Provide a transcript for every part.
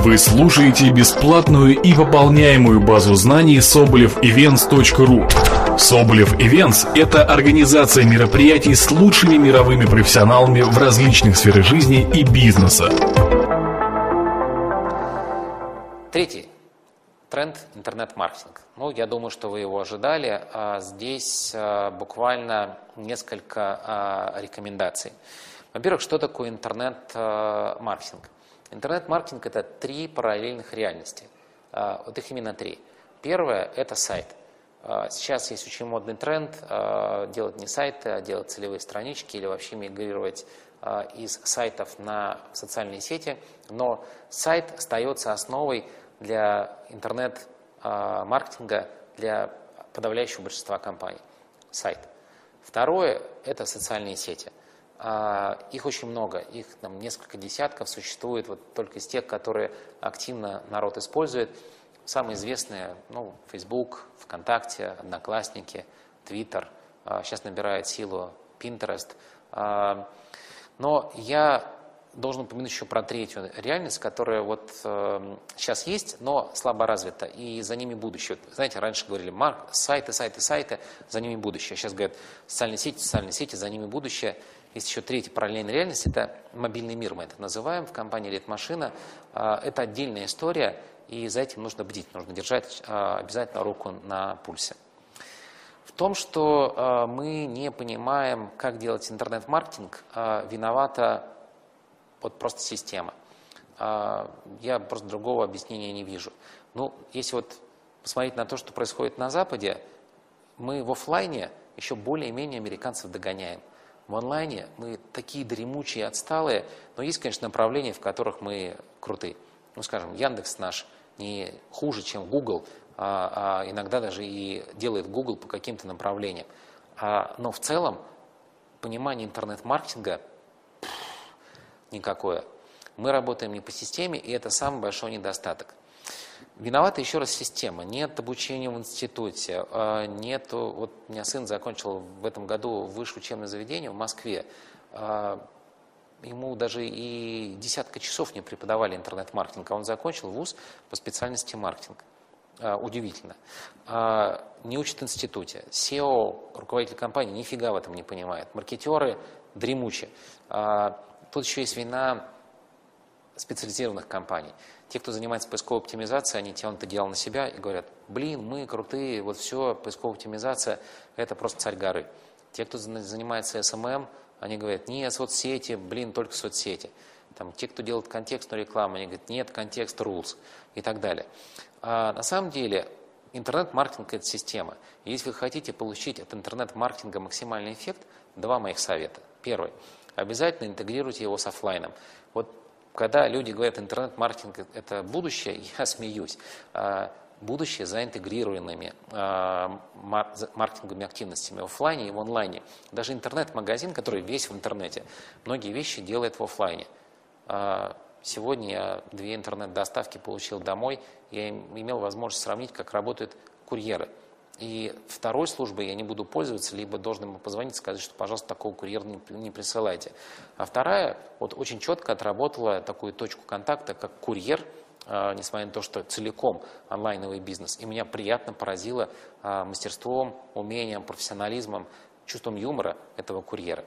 Вы слушаете бесплатную и пополняемую базу знаний sobolevevents.ru. Соболев Events – это организация мероприятий с лучшими мировыми профессионалами в различных сферах жизни и бизнеса. Третий тренд – интернет-маркетинг. Ну, я думаю, что вы его ожидали. Здесь буквально несколько рекомендаций. Во-первых, что такое интернет-маркетинг? Интернет-маркетинг – это три параллельных реальности. Вот их именно три. Первое – это сайт. Сейчас есть очень модный тренд делать не сайты, а делать целевые странички или вообще мигрировать из сайтов на социальные сети. Но сайт остается основой для интернет-маркетинга для подавляющего большинства компаний. Сайт. Второе – это социальные сети. Их очень много, их там несколько десятков существует, вот только из тех, которые активно народ использует. Самые известные, ну, Facebook, ВКонтакте, Одноклассники, Twitter, сейчас набирает силу Pinterest. Но я должен упомянуть еще про третью реальность, которая вот сейчас есть, но слабо развита, и за ними будущее. Вот, знаете, раньше говорили, сайты, за ними будущее. Сейчас говорят, социальные сети, за ними будущее. Есть еще третья параллельная реальность, это мобильный мир, мы это называем в компании «Лид-машина». Это отдельная история, и за этим нужно бдить, нужно держать обязательно руку на пульсе. В том, что мы не понимаем, как делать интернет-маркетинг, виновата вот просто система. Я просто другого объяснения не вижу. Ну, если вот посмотреть на то, что происходит на Западе, мы в офлайне еще более-менее американцев догоняем. В онлайне мы такие дремучие, отсталые, но есть, конечно, направления, в которых мы крутые. Ну, скажем, Яндекс наш не хуже, чем Google, а иногда даже и делает Google по каким-то направлениям. Но в целом понимание интернет-маркетинга никакое. Мы работаем не по системе, и это самый большой недостаток. Виновата еще раз система. Нет обучения в институте, нету. Вот у меня сын закончил в этом году высшее учебное заведение в Москве. Ему даже и десятка часов не преподавали интернет-маркетинг, а он закончил вуз по специальности маркетинг. Удивительно. Не учат в институте. SEO, руководитель компании, нифига в этом не понимает. Маркетеры дремучие. Тут еще есть вина специализированных компаний. Те, кто занимается поисковой оптимизацией, они тянут это дело на себя и говорят, блин, мы крутые, вот все, поисковая оптимизация, это просто царь горы. Те, кто занимается SMM, они говорят, нет, соцсети, блин, только соцсети. Там, те, кто делает контекстную рекламу, они говорят, нет, контекст rules и так далее. На самом деле, интернет-маркетинг – это система. И если вы хотите получить от интернет-маркетинга максимальный эффект, два моих совета. Первый. Обязательно интегрируйте его с офлайном. Вот когда люди говорят, интернет-маркетинг – это будущее, я смеюсь. Будущее за интегрированными маркетинговыми активностями в офлайне и в онлайне. Даже интернет-магазин, который весь в интернете, многие вещи делает в офлайне. Сегодня я 2 интернет-доставки получил домой, я имел возможность сравнить, как работают курьеры. И второй службой я не буду пользоваться, либо должен ему позвонить и сказать, что, пожалуйста, такого курьера не присылайте. А вторая вот очень четко отработала такую точку контакта, как курьер, несмотря на то, что целиком онлайновый бизнес. И меня приятно поразило мастерством, умением, профессионализмом, чувством юмора этого курьера.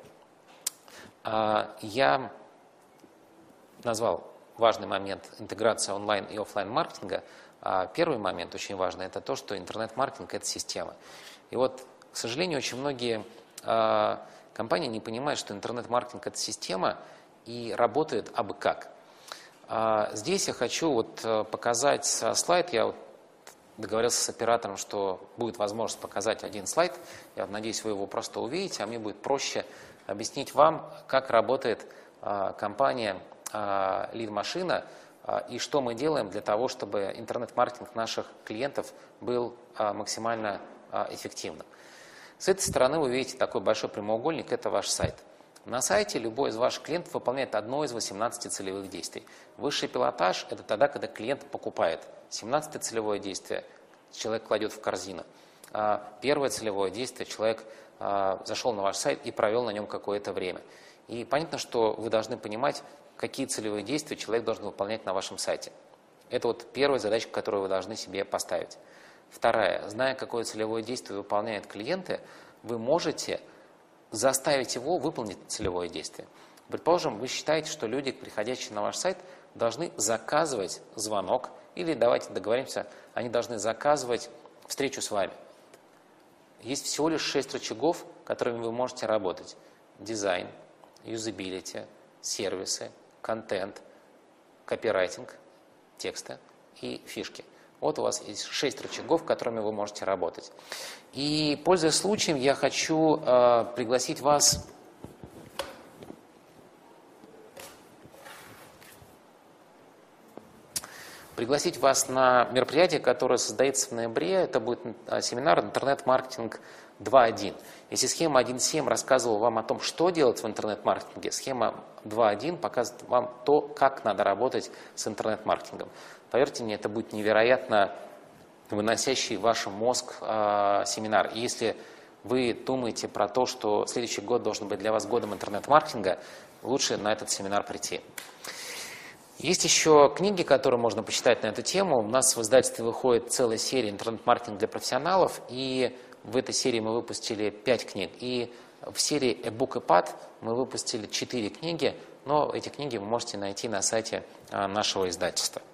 Я назвал важный момент интеграции онлайн и офлайн маркетинга. Первый момент очень важный – это то, что интернет-маркетинг – это система. И вот, к сожалению, очень многие компании не понимают, что интернет-маркетинг – это система и работает абы как. Здесь я хочу вот показать слайд. Я вот договорился с оператором, что будет возможность показать один слайд. Я надеюсь, вы его просто увидите, а мне будет проще объяснить вам, как работает компания «Лид-машина» и что мы делаем для того, чтобы интернет-маркетинг наших клиентов был максимально эффективным. С этой стороны вы видите такой большой прямоугольник – это ваш сайт. На сайте любой из ваших клиентов выполняет одно из 18 целевых действий. Высший пилотаж – это тогда, когда клиент покупает. 17-е целевое действие – человек кладет в корзину. Первое целевое действие – человек зашел на ваш сайт и провел на нем какое-то время. И понятно, что вы должны понимать, какие целевые действия человек должен выполнять на вашем сайте. Это вот первая задача, которую вы должны себе поставить. Вторая. Зная, какое целевое действие выполняют клиенты, вы можете заставить его выполнить целевое действие. Предположим, вы считаете, что люди, приходящие на ваш сайт, должны заказывать звонок, или давайте договоримся, они должны заказывать встречу с вами. Есть всего лишь 6 рычагов, которыми вы можете работать. Дизайн, юзабилити, сервисы, контент, копирайтинг, тексты и фишки. Вот у вас есть 6 рычагов, которыми вы можете работать. И, пользуясь случаем, я хочу пригласить вас на мероприятие, которое состоится в ноябре. Это будет семинар «Интернет-маркетинг 2.1». Если схема 1.7 рассказывала вам о том, что делать в интернет-маркетинге, схема 2.1 показывает вам то, как надо работать с интернет-маркетингом. Поверьте мне, это будет невероятно выносящий ваш мозг семинар. И если вы думаете про то, что следующий год должен быть для вас годом интернет-маркетинга, лучше на этот семинар прийти. Есть еще книги, которые можно почитать на эту тему. У нас в издательстве выходит целая серия «Интернет-маркетинг для профессионалов», и в этой серии мы выпустили 5 книг. И в серии «Ebook и Pad» мы выпустили 4 книги, но эти книги вы можете найти на сайте нашего издательства.